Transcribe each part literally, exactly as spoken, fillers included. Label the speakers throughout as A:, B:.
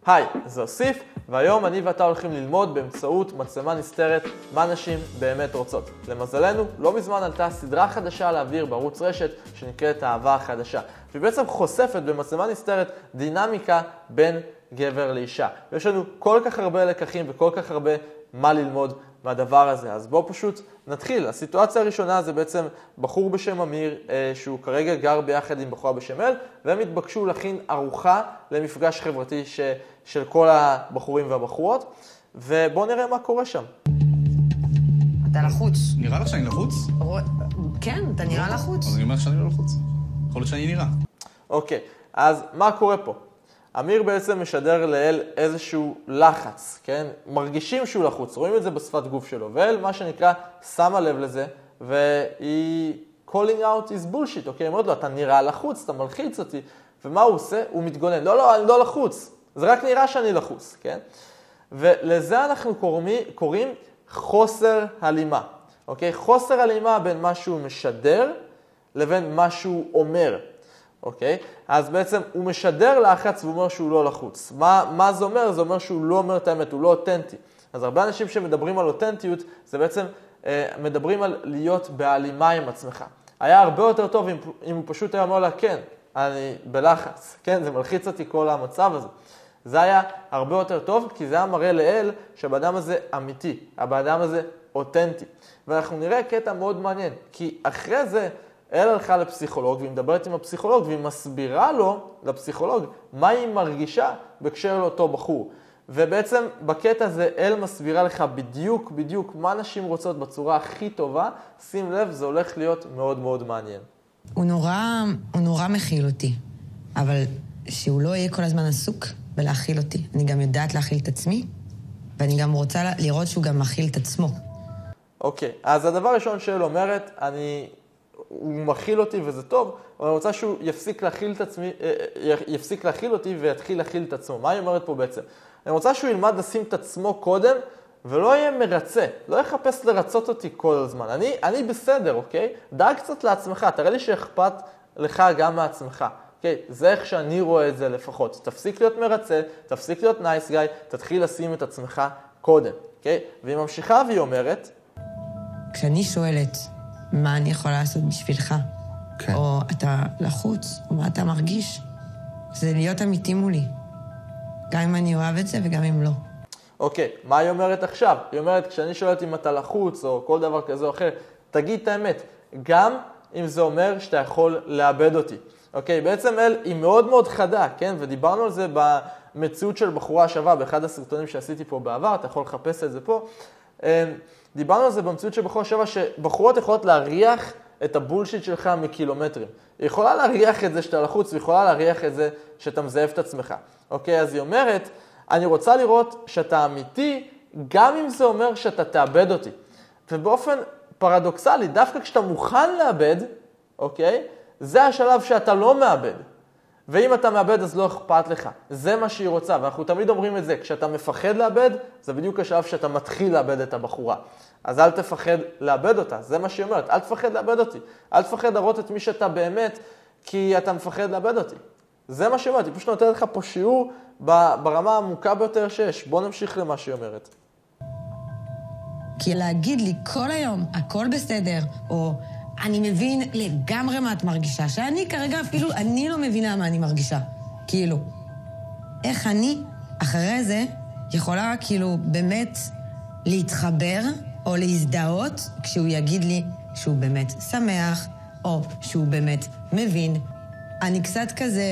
A: היי, זה אוסיף, והיום אני ואתה הולכים ללמוד באמצעות מצלמה נסתרת מה נשים באמת רוצות. למזלנו, לא מזמן עלתה סדרה חדשה לאוויר בערוץ רשת שנקראת אהבה החדשה. והיא בעצם חושפת במצלמה נסתרת דינמיקה בין גבר לאישה. ויש לנו כל כך הרבה לקחים וכל כך הרבה מה ללמוד מהדבר הזה. אז בואו פשוט נתחיל. הסיטואציה הראשונה זה בעצם בחור בשם אמיר, שהוא כרגע גר ביחד עם בחורה בשם אל, והם התבקשו להכין ארוחה למפגש חברתי ש... של כל הבחורים והבחורות, ובואו נראה מה קורה שם.
B: אתה לחוץ.
C: נראה לך שאני לחוץ?
B: כן, אתה נראה לחוץ.
C: אז אני אומר שאני לא לחוץ. יכול להיות שאני נראה.
A: אוקיי, אז מה קורה פה? אמיר בעצם משדר לאל איזשהו לחץ, כן? מרגישים שהוא לחוץ, רואים את זה בשפת גוף שלו, ואל מה שנקרא שמה לב לזה, והיא calling out is bullshit, אוקיי? אומרת לו, אתה נראה לחוץ, אתה מלחיץ אותי, ומה הוא עושה? הוא מתגונן, לא, לא, אני לא לחוץ, זה רק נראה שאני לחוץ, כן? ולזה אנחנו קוראים, קוראים חוסר הלימה, אוקיי? חוסר הלימה בין מה שהוא משדר לבין מה שהוא אומר. אוקיי? אז בעצם הוא משדר לחץ ואומר שהוא לא לחוץ. מה, מה זה אומר? זה אומר שהוא לא אומר את האמת, הוא לא אותנטי. אז הרבה אנשים שמדברים על אותנטיות, זה בעצם אה, מדברים על להיות בהלימה עם עצמך. היה הרבה יותר טוב אם, אם הוא פשוט היה אומר לה, כן, אני בלחץ. כן, זה מלחיץ אותי כל המצב הזה. זה היה הרבה יותר טוב, כי זה היה מראה לאל שהבאדם הזה אמיתי, הבאדם הזה אותנטי. ואנחנו נראה קטע מאוד מעניין, כי אחרי זה, אל הלכה לפסיכולוג, והיא מדברת עם הפסיכולוג, והיא מסבירה לו, לפסיכולוג, מה היא מרגישה בקשר לאותו בחור. ובעצם בקטע הזה, אל מסבירה לך בדיוק, בדיוק מה נשים רוצות בצורה הכי טובה. שים לב, זה הולך להיות מאוד מאוד מעניין.
B: הוא נורא, הוא נורא מכיל אותי, אבל שהוא לא יהיה כל הזמן עסוק בלהכיל אותי. אני גם יודעת להכיל את עצמי, ואני גם רוצה לראות שהוא גם מכיל את עצמו.
A: אוקיי, אז הדבר הראשון שאל אומרת, אני... הוא מכיל אותי וזה טוב, אבל אני רוצה שהוא יפסיק להכיל את עצמי, יפסיק להכיל אותי ויתחיל להכיל את עצמו. מה היא אומרת פה בעצם? אני רוצה שהוא ילמד לשים את עצמו קודם, ולא יהיה מרצה, לא יחפש לרצות אותי כל הזמן. אני, אני בסדר, אוקיי? דאג קצת לעצמך, תראה לי שאכפת לך גם מעצמך. אוקיי? זה איך שאני רואה את זה לפחות. תפסיק להיות מרצה, תפסיק להיות נייס גאי, תתחיל לשים את עצמך קודם, אוקיי? והיא ממשיכה והיא אומרת,
B: כשאני שואלת, מה אני יכולה לעשות בשבילך? כן. או אתה לחוץ, או מה אתה מרגיש? זה להיות אמיתי מולי. גם אם אני אוהב את זה וגם אם לא.
A: אוקיי, מה היא אומרת עכשיו? היא אומרת, כשאני שואלת אם אתה לחוץ או כל דבר כזה או אחר, תגיד את האמת, גם אם זה אומר שאתה יכול לאבד אותי. אוקיי, בעצם אל היא מאוד מאוד חדה, כן? ודיברנו על זה במציאות של בחורה שווה, באחד הסרטונים שעשיתי פה בעבר, אתה יכול לחפש את זה פה. דיברנו על זה במציאות של בחורה שווה, שבחורות יכולות להריח את הבולשיט שלך מקילומטרים. היא יכולה להריח את זה שאתה לחוץ, והיא יכולה להריח את זה שאתה מזייף את עצמך. אוקיי, אז היא אומרת, אני רוצה לראות שאתה אמיתי, גם אם זה אומר שאתה תאבד אותי. ובאופן פרדוקסלי, דווקא כשאתה מוכן לאבד, אוקיי, זה השלב שאתה לא מאבד. ואם אתה מאבד, אז לא אכפת לך. זה מה שהיא רוצה, ואנחנו תמיד אומרים את זה. כשאתה מפחד לאבד, זה בדיוק השלב שאתה מתחיל לאבד את הבחורה. אז אל תפחד לאבד אותה, זה מה שהיא אומרת. אל תפחד לאבד אותי. אל תפחד להראות את מי שאתה באמת, כי אתה מפחד לאבד אותי. זה מה שהיא אומרת. היא פשוט נותנת לך פה שיעור ברמה העמוקה ביותר שיש. בוא נמשיך למה שהיא אומרת.
B: כי להגיד לי כל היום, הכל בסדר, או... אני מבין לגמרי מה את מרגישה, שאני כרגע אפילו, אני לא מבינה מה אני מרגישה. כאילו, איך אני, אחרי זה, יכולה כאילו באמת להתחבר או להזדהות כשהוא יגיד לי שהוא באמת שמח, או שהוא באמת מבין. אני קצת כזה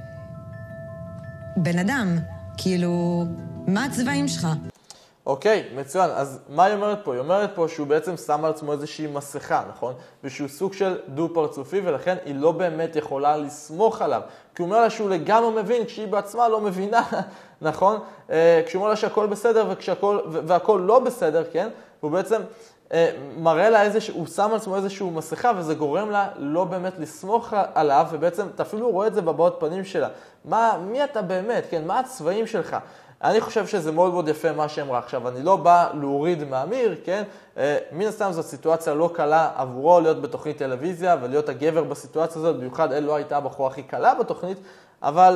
B: בן אדם, כאילו, מה הצבעים שלך?
A: אוקיי, מצוין. אז מה היא אומרת פה? היא אומרת פה שהוא בעצם שם על עצמו איזושהי מסכה, נכון? ושהוא סוג של דו פרצופי, ולכן היא לא באמת יכולה לסמוך עליו. כי הוא אומר לה שהוא לגמרי מבין, כשהיא בעצמה לא מבינה, נכון? כשהוא אומר לה שהכל בסדר וכשהכל, והכל לא בסדר, כן? הוא בעצם מראה לה איזשהו, הוא שם על עצמו איזשהו מסכה, וזה גורם לה לא באמת לסמוך עליו, ובעצם אתה אפילו רואה את זה בבעות פנים שלה. מה, מי אתה באמת, כן? מה הצבעים שלך? אני חושב שזה מאוד מאוד יפה מה שאמרה עכשיו. אני לא בא להוריד מאמיר, כן? מן הסתם זאת סיטואציה לא קלה עבורו להיות בתוכנית טלוויזיה ולהיות הגבר בסיטואציה הזאת, במיוחד אל לא הייתה הבחורה הכי קלה בתוכנית, אבל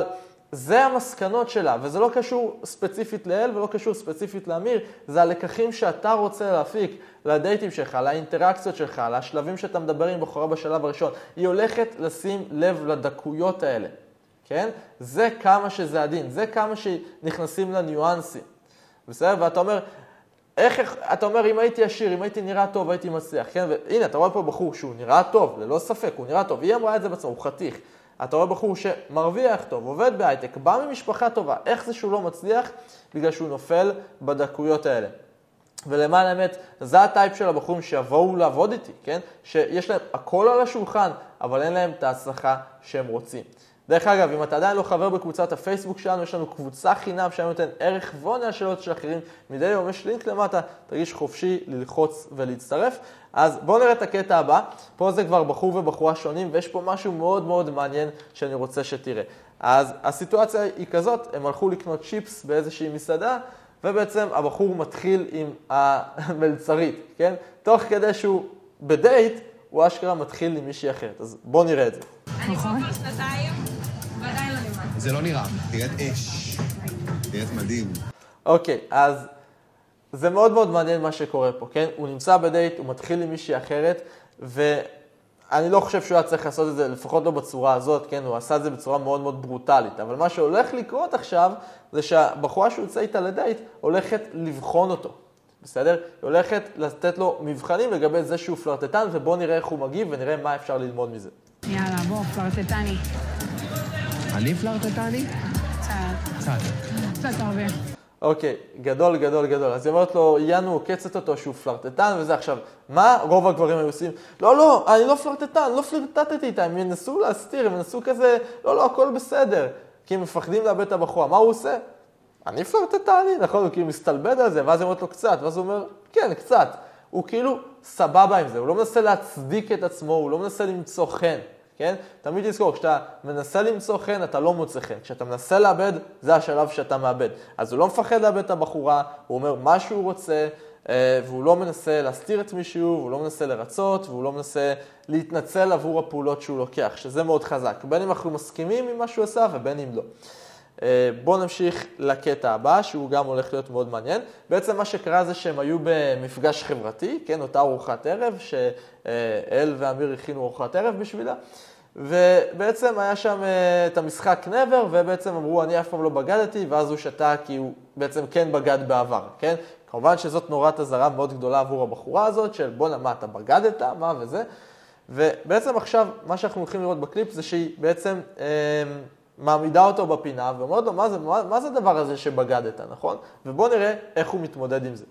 A: זה המסקנות שלה, וזה לא קשור ספציפית לאל ולא קשור ספציפית לאמיר, זה הלקחים שאתה רוצה להפיק לדייטים שלך, לאינטראקציות שלך, לשלבים שאתה מדבר עם בחורה בשלב הראשון. היא הולכת לשים לב לדקויות האלה, כן? זה כמה שזה עדין, זה כמה שנכנסים לניואנסים. בסדר? ואתה אומר, איך, איך, אתה אומר, אם הייתי עשיר, אם הייתי נראה טוב, הייתי מצליח, כן? והנה, אתה רואה פה בחור שהוא נראה טוב, ללא ספק, הוא נראה טוב, היא אמרה את זה בעצמו, הוא חתיך. אתה רואה בחור שמרוויח טוב, עובד בהייטק, בא ממשפחה טובה, איך זה שהוא לא מצליח? בגלל שהוא נופל בדקויות האלה. ולמען האמת, זה הטייפ של הבחורים שיבואו לעבוד איתי, כן? שיש להם הכל על השולחן, אבל אין להם את ההצלחה שהם רוצים. דרך אגב, אם אתה עדיין לא חבר בקבוצת הפייסבוק שלנו, יש לנו קבוצה חינם שאני נותן ערך ועונה על שאלות של אחרים. מדי יום יש לינק למטה, תרגיש חופשי ללחוץ ולהצטרף. אז בואו נראה את הקטע הבא. פה זה כבר בחור ובחורה שונים, ויש פה משהו מאוד מאוד מעניין שאני רוצה שתראה. אז הסיטואציה היא כזאת, הם הלכו לקנות צ'יפס באיזושהי מסעדה, ובעצם הבחור מתחיל עם המלצרית, כן? תוך כדי שהוא בדייט, הוא אשכרה מתחיל עם מישהי אחרת. אז בואו נראה את זה.
D: אני כבר שנתיים, ועדיין לא נראה.
E: זה לא נראה, תראית אש. תראית מדהים.
A: אוקיי, אז זה מאוד מאוד מעניין מה שקורה פה, כן? הוא נמצא בדייט, הוא מתחיל עם מישהי אחרת, ואני לא חושב שהוא היה צריך לעשות את זה, לפחות לא בצורה הזאת, כן? הוא עשה את זה בצורה מאוד מאוד ברוטלית. אבל מה שהולך לקרות עכשיו, זה שהבחורה שהוא יוצא איתה לדייט, הולכת לבחון אותו. בסדר? היא הולכת לתת לו מבחנים לגבי זה שהוא פלרטטן, ובואו נראה איך הוא מגיב ונראה מה אפשר ללמוד מזה.
D: יאללה, בוא, פלרטטני.
E: אני פלרטטני?
D: קצת.
E: קצת.
D: קצת הרבה.
A: אוקיי, גדול, גדול, גדול. אז היא אומרת לו, יאנו, עוקצת אותו שהוא פלרטטן וזה עכשיו. מה רוב הגברים היו עושים? לא, לא, אני לא פלרטטן, לא פלרטטתי איתה. הם ינסו להסתיר, הם ינסו כזה, לא, לא, הכל בסדר. כי הם מפחדים לאבד את הבחורה. מה הוא עושה? אני פלרטטני, נכון? הוא כאילו מסתלבד על זה, ואז היא אומרת לו קצת, ואז הוא אומר, כן, קצת. הוא כאילו סבבה עם זה, הוא לא מנסה להצדיק את עצמו, הוא לא מנסה למצוא חן, כן? תמיד תזכור, כשאתה מנסה למצוא חן, אתה לא מוצא חן. כשאתה מנסה לאבד, זה השלב שאתה מאבד. אז הוא לא מפחד לאבד את הבחורה, הוא אומר מה שהוא רוצה, והוא לא מנסה להסתיר את מישהו, והוא לא מנסה לרצות, והוא לא מנסה להתנצל עבור הפעולות שהוא לוקח, שזה מאוד חזק. בין אם אנחנו מסכימים עם מה שהוא עשה, ובין אם לא. בואו נמשיך לקטע הבא, שהוא גם הולך להיות מאוד מעניין. בעצם מה שקרה זה שהם היו במפגש חברתי, כן, אותה ארוחת ערב, שאל ואמיר הכינו ארוחת ערב בשבילה, ובעצם היה שם את המשחק נבר, ובעצם אמרו, אני אף פעם לא בגדתי, ואז הוא שתה כי הוא בעצם כן בגד בעבר, כן? כמובן שזאת נורת אזהרה מאוד גדולה עבור הבחורה הזאת, של בוא נמה, אתה בגדת, מה וזה, ובעצם עכשיו, מה שאנחנו הולכים לראות בקליפ זה שהיא בעצם מעמידה אותו בפינה, ואומרת לו, מה זה, מה, מה זה הדבר הזה שבגדת, נכון? ובואו נראה איך הוא מתמודד עם זה.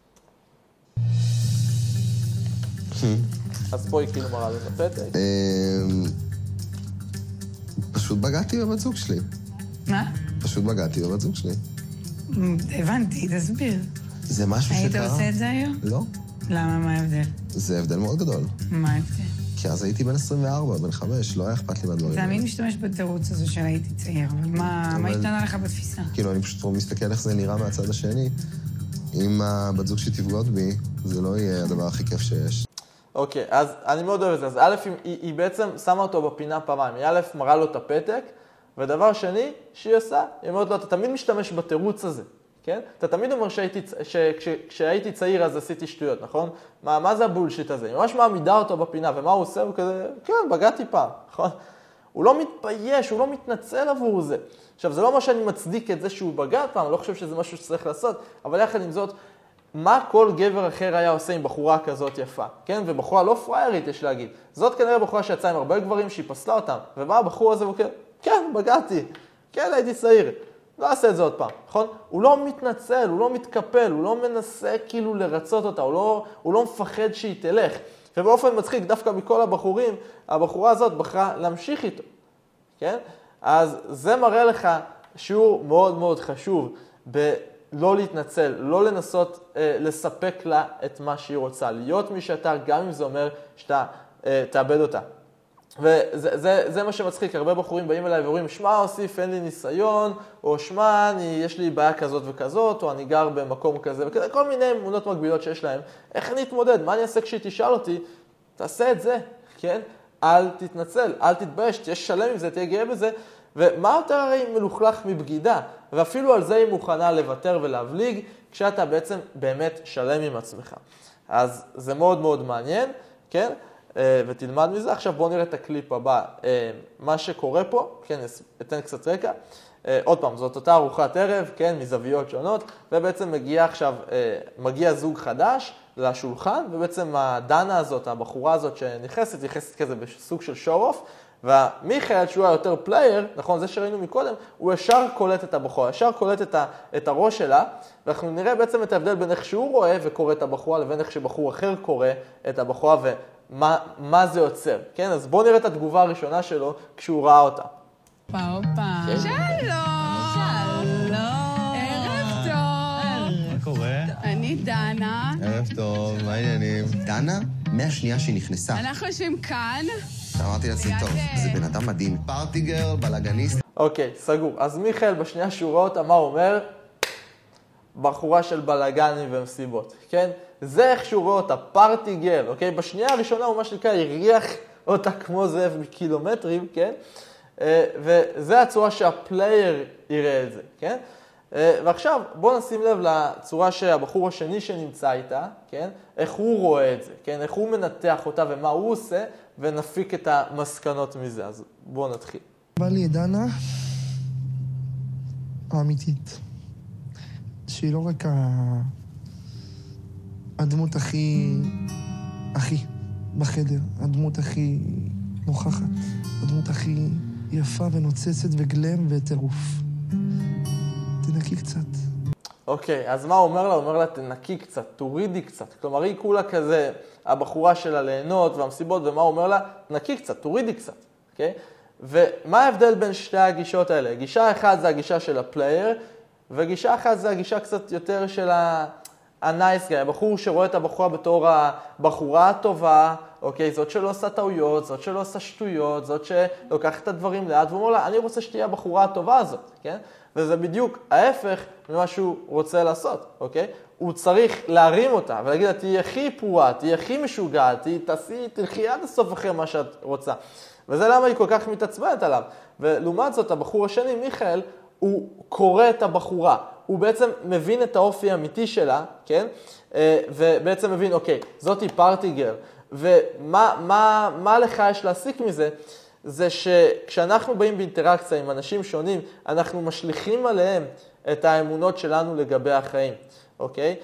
A: אז פה היא כאילו מראה לו את הפתק.
E: פשוט בגדתי בבת זוג שלי.
D: מה?
E: פשוט בגדתי בבת זוג שלי.
D: הבנתי, תסביר.
E: זה משהו שקרה.
D: היית עושה את זה היום?
E: לא.
D: למה, מה ההבדל?
E: זה הבדל מאוד גדול.
D: מה ההבדל?
E: כי אז הייתי בן עשרים וארבע, בן חמש, לא היה אכפת לי מהדברים.
D: תמיד משתמש בתירוץ הזה של הייתי צעיר, אבל מה השתנה לך בתפיסה? כאילו,
E: אני פשוט מסתכל איך זה נראה מהצד השני. אם הבת זוג שתבגוד בי, זה לא יהיה הדבר הכי כיף שיש.
A: אוקיי, אז אני מאוד אוהב את זה. אז א', היא, היא בעצם שמה אותו בפינה פעמיים. היא א', מראה לו את הפתק, ודבר שני שהיא עושה, היא אומרת לו, אתה תמיד משתמש בתירוץ הזה. כן? אתה תמיד אומר שהייתי, שכשהייתי צעיר אז עשיתי שטויות, נכון? מה, מה זה הבולשיט הזה? היא ממש מעמידה אותו בפינה, ומה הוא עושה? הוא כזה, כן, בגדתי פעם, נכון? הוא לא מתבייש, הוא לא מתנצל עבור זה. עכשיו, זה לא מה שאני מצדיק את זה שהוא בגד פעם, אני לא חושב שזה משהו שצריך לעשות, אבל יחד עם זאת, מה כל גבר אחר היה עושה עם בחורה כזאת יפה? כן? ובחורה לא פריירית, יש להגיד. זאת כנראה בחורה שיצאה עם הרבה גברים שהיא פסלה אותם, ובא הבחור הזה והוא כן, כן, בגדתי, כן, הייתי צעיר. לא עשה את זה עוד פעם, נכון? הוא לא מתנצל, הוא לא מתקפל, הוא לא מנסה כאילו לרצות אותה, הוא לא, הוא לא מפחד שהיא תלך. ובאופן מצחיק, דווקא מכל הבחורים, הבחורה הזאת בחרה להמשיך איתו, כן? אז זה מראה לך שיעור מאוד מאוד חשוב בלא להתנצל, לא לנסות אה, לספק לה את מה שהיא רוצה, להיות מי שאתה, גם אם זה אומר שאתה אה, תאבד אותה. וזה זה, זה מה שמצחיק, הרבה בחורים באים אליי ואומרים, שמע, אוסיף, אין לי ניסיון, או שמע, אני, יש לי בעיה כזאת וכזאת, או אני גר במקום כזה וכזה, כל מיני אמונות מקבילות שיש להם. איך אני אתמודד? מה אני אעשה כשהיא תשאל אותי? תעשה את זה, כן? אל תתנצל, אל תתבייש, תהיה שלם עם זה, תהיה גאה בזה, ומה יותר הרי מלוכלך מבגידה? ואפילו על זה היא מוכנה לוותר ולהבליג, כשאתה בעצם באמת שלם עם עצמך. אז זה מאוד מאוד מעניין, כן? ותלמד מזה. עכשיו בואו נראה את הקליפ הבא. מה שקורה פה, כן, אתן קצת רקע. עוד פעם, זאת אותה ארוחת ערב, כן, מזוויות שונות, ובעצם מגיע עכשיו, מגיע זוג חדש לשולחן, ובעצם הדנה הזאת, הבחורה הזאת שנכנסת, נכנסת כזה בסוג של שואו-אוף, והמיכאל, שהוא היותר פלייר, נכון, זה שראינו מקודם, הוא ישר קולט את הבחורה, ישר קולט את, ה, את הראש שלה, ואנחנו נראה בעצם את ההבדל בין איך שהוא רואה וקורא את הבחורה, לבין איך שבחור אחר קורא את הבחורה, ומה מה זה יוצר, כן? אז בואו נראה את התגובה הראשונה שלו כשהוא ראה אותה.
D: הופה, הופה. שלום. שלום. ערב טוב.
C: מה קורה?
D: אני דנה.
E: ערב טוב, מה העניינים? דנה, מהשנייה שהיא נכנסה.
D: אנחנו יושבים כאן.
E: אמרתי לעצמי, טוב, זה בן אדם מדהים. פארטי גרל, בלגניסט.
A: אוקיי, סגור. אז מיכאל בשנייה שהוא רואה אותה, מה הוא אומר? בחורה של בלגנים ומסיבות, כן? זה איך שהוא רואה אותה, פארטי גרל, אוקיי? בשנייה הראשונה הוא מה שנקרא, הריח אותה כמו זאב מקילומטרים, כן? וזה הצורה שהפלייר יראה את זה, כן? ועכשיו בואו נשים לב לצורה שהבחור השני שנמצא איתה, כן? איך הוא רואה את זה, כן? איך הוא מנתח אותה ומה הוא עושה, ונפיק את המסקנות מזה. אז בואו נתחיל.
F: בא לי את דנה האמיתית, שהיא לא רק הדמות הכי, הכי בחדר, הדמות הכי נוכחת, הדמות הכי יפה ונוצצת וגלם וטירוף. תנקי קצת.
A: אוקיי, אז מה הוא אומר לה? הוא אומר לה, תנקי קצת, תורידי קצת. כלומר, היא כולה כזה, הבחורה שלה ליהנות והמסיבות, ומה הוא אומר לה? תנקי קצת, תורידי קצת, אוקיי? ומה ההבדל בין שתי הגישות האלה? גישה אחת זה הגישה של הפלייר, וגישה אחת זה הגישה קצת יותר של ה-nice guy, הבחור שרואה את הבחורה בתור הבחורה הטובה, אוקיי, זאת שלא עושה טעויות, זאת שלא עושה שטויות, זאת שלוקחת את הדברים לאט, ואומר לה, אני רוצה שתהיה הבחורה הטובה הזאת, כן? וזה בדיוק ההפך ממה שהוא רוצה לעשות, אוקיי? הוא צריך להרים אותה ולהגיד לה, תהיה הכי פרועה, תהיה הכי משוגעת, תעשי, תלכי עד הסוף אחרי מה שאת רוצה. וזה למה היא כל כך מתעצבנת עליו. ולעומת זאת, הבחור השני, מיכאל, הוא קורא את הבחורה. הוא בעצם מבין את האופי האמיתי שלה, כן? ובעצם מבין, אוקיי, זאתי פארטי גרל. ומה מה, מה לך יש להסיק מזה? זה שכשאנחנו באים באינטראקציה עם אנשים שונים, אנחנו משליכים עליהם את האמונות שלנו לגבי החיים, אוקיי?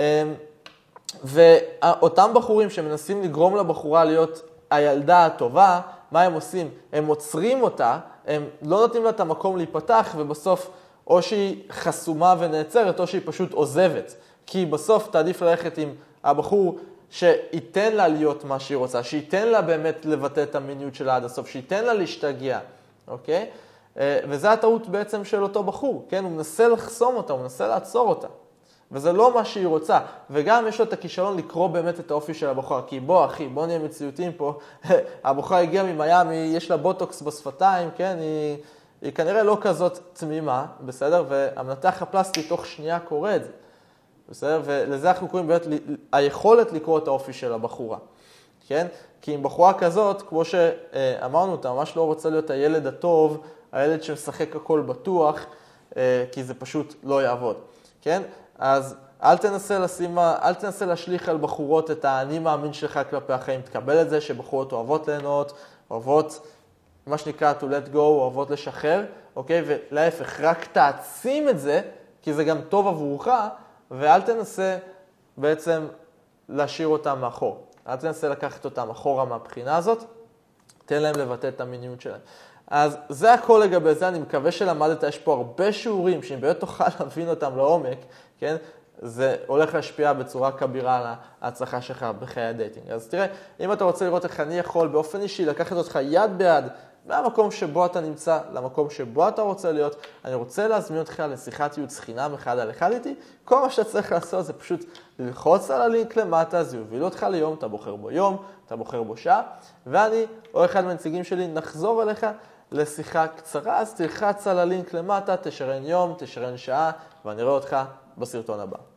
A: ואותם בחורים שמנסים לגרום לבחורה להיות הילדה הטובה, מה הם עושים? הם עוצרים אותה, הם לא נותנים לה את המקום להיפתח, ובסוף או שהיא חסומה ונעצרת, או שהיא פשוט עוזבת. כי בסוף תעדיף ללכת עם הבחור שייתן לה להיות מה שהיא רוצה, שייתן לה באמת לבטא את המיניות שלה עד הסוף, שייתן לה להשתגע, אוקיי? וזה הטעות בעצם של אותו בחור, כן? הוא מנסה לחסום אותה, הוא מנסה לעצור אותה. וזה לא מה שהיא רוצה. וגם יש לו את הכישלון לקרוא באמת את האופי של הבחורה. כי בוא, אחי, בוא נהיה מציאותיים פה. הבחורה הגיעה ממיימי, יש לה בוטוקס בשפתיים, כן? היא, היא כנראה לא כזאת תמימה, בסדר? והמנתח הפלסטי תוך שנייה קורא את זה. בסדר? ולזה אנחנו קוראים באמת היכולת לקרוא את האופי של הבחורה. כן? כי עם בחורה כזאת, כמו שאמרנו, אתה ממש לא רוצה להיות הילד הטוב, הילד שמשחק הכל בטוח, כי זה פשוט לא יעבוד. כן? אז אל תנסה לשים, אל תנסה להשליך על בחורות את האני מאמין שלך כלפי החיים. תקבל את זה שבחורות אוהבות ליהנות, אוהבות, מה שנקרא to let go, אוהבות לשחרר, אוקיי? ולהפך, רק תעצים את זה, כי זה גם טוב עבורך, ואל תנסה בעצם להשאיר אותם מאחור. אל תנסה לקחת אותם אחורה מהבחינה הזאת, תן להם לבטא את המיניות שלהם. אז זה הכל לגבי זה, אני מקווה שלמדת, יש פה הרבה שיעורים, שאם באמת תוכל להבין אותם לעומק, כן? זה הולך להשפיע בצורה כבירה על ההצלחה שלך בחיי הדייטינג. אז תראה, אם אתה רוצה לראות איך אני יכול באופן אישי לקחת אותך יד ביד, מהמקום שבו אתה נמצא למקום שבו אתה רוצה להיות, אני רוצה להזמין אותך לשיחת ייעוץ חינם אחד על אחד איתי. כל מה שאתה צריך לעשות זה פשוט ללחוץ על הלינק למטה, זה יוביל אותך ליום, אתה בוחר בו יום, אתה בוחר בו שעה, ואני או אחד מהנציגים שלי נחזור אליך לשיחה קצרה, אז תלחץ על הלינק למטה, תשרן יום, תשרן שעה, ואני רואה אותך בסרטון הבא.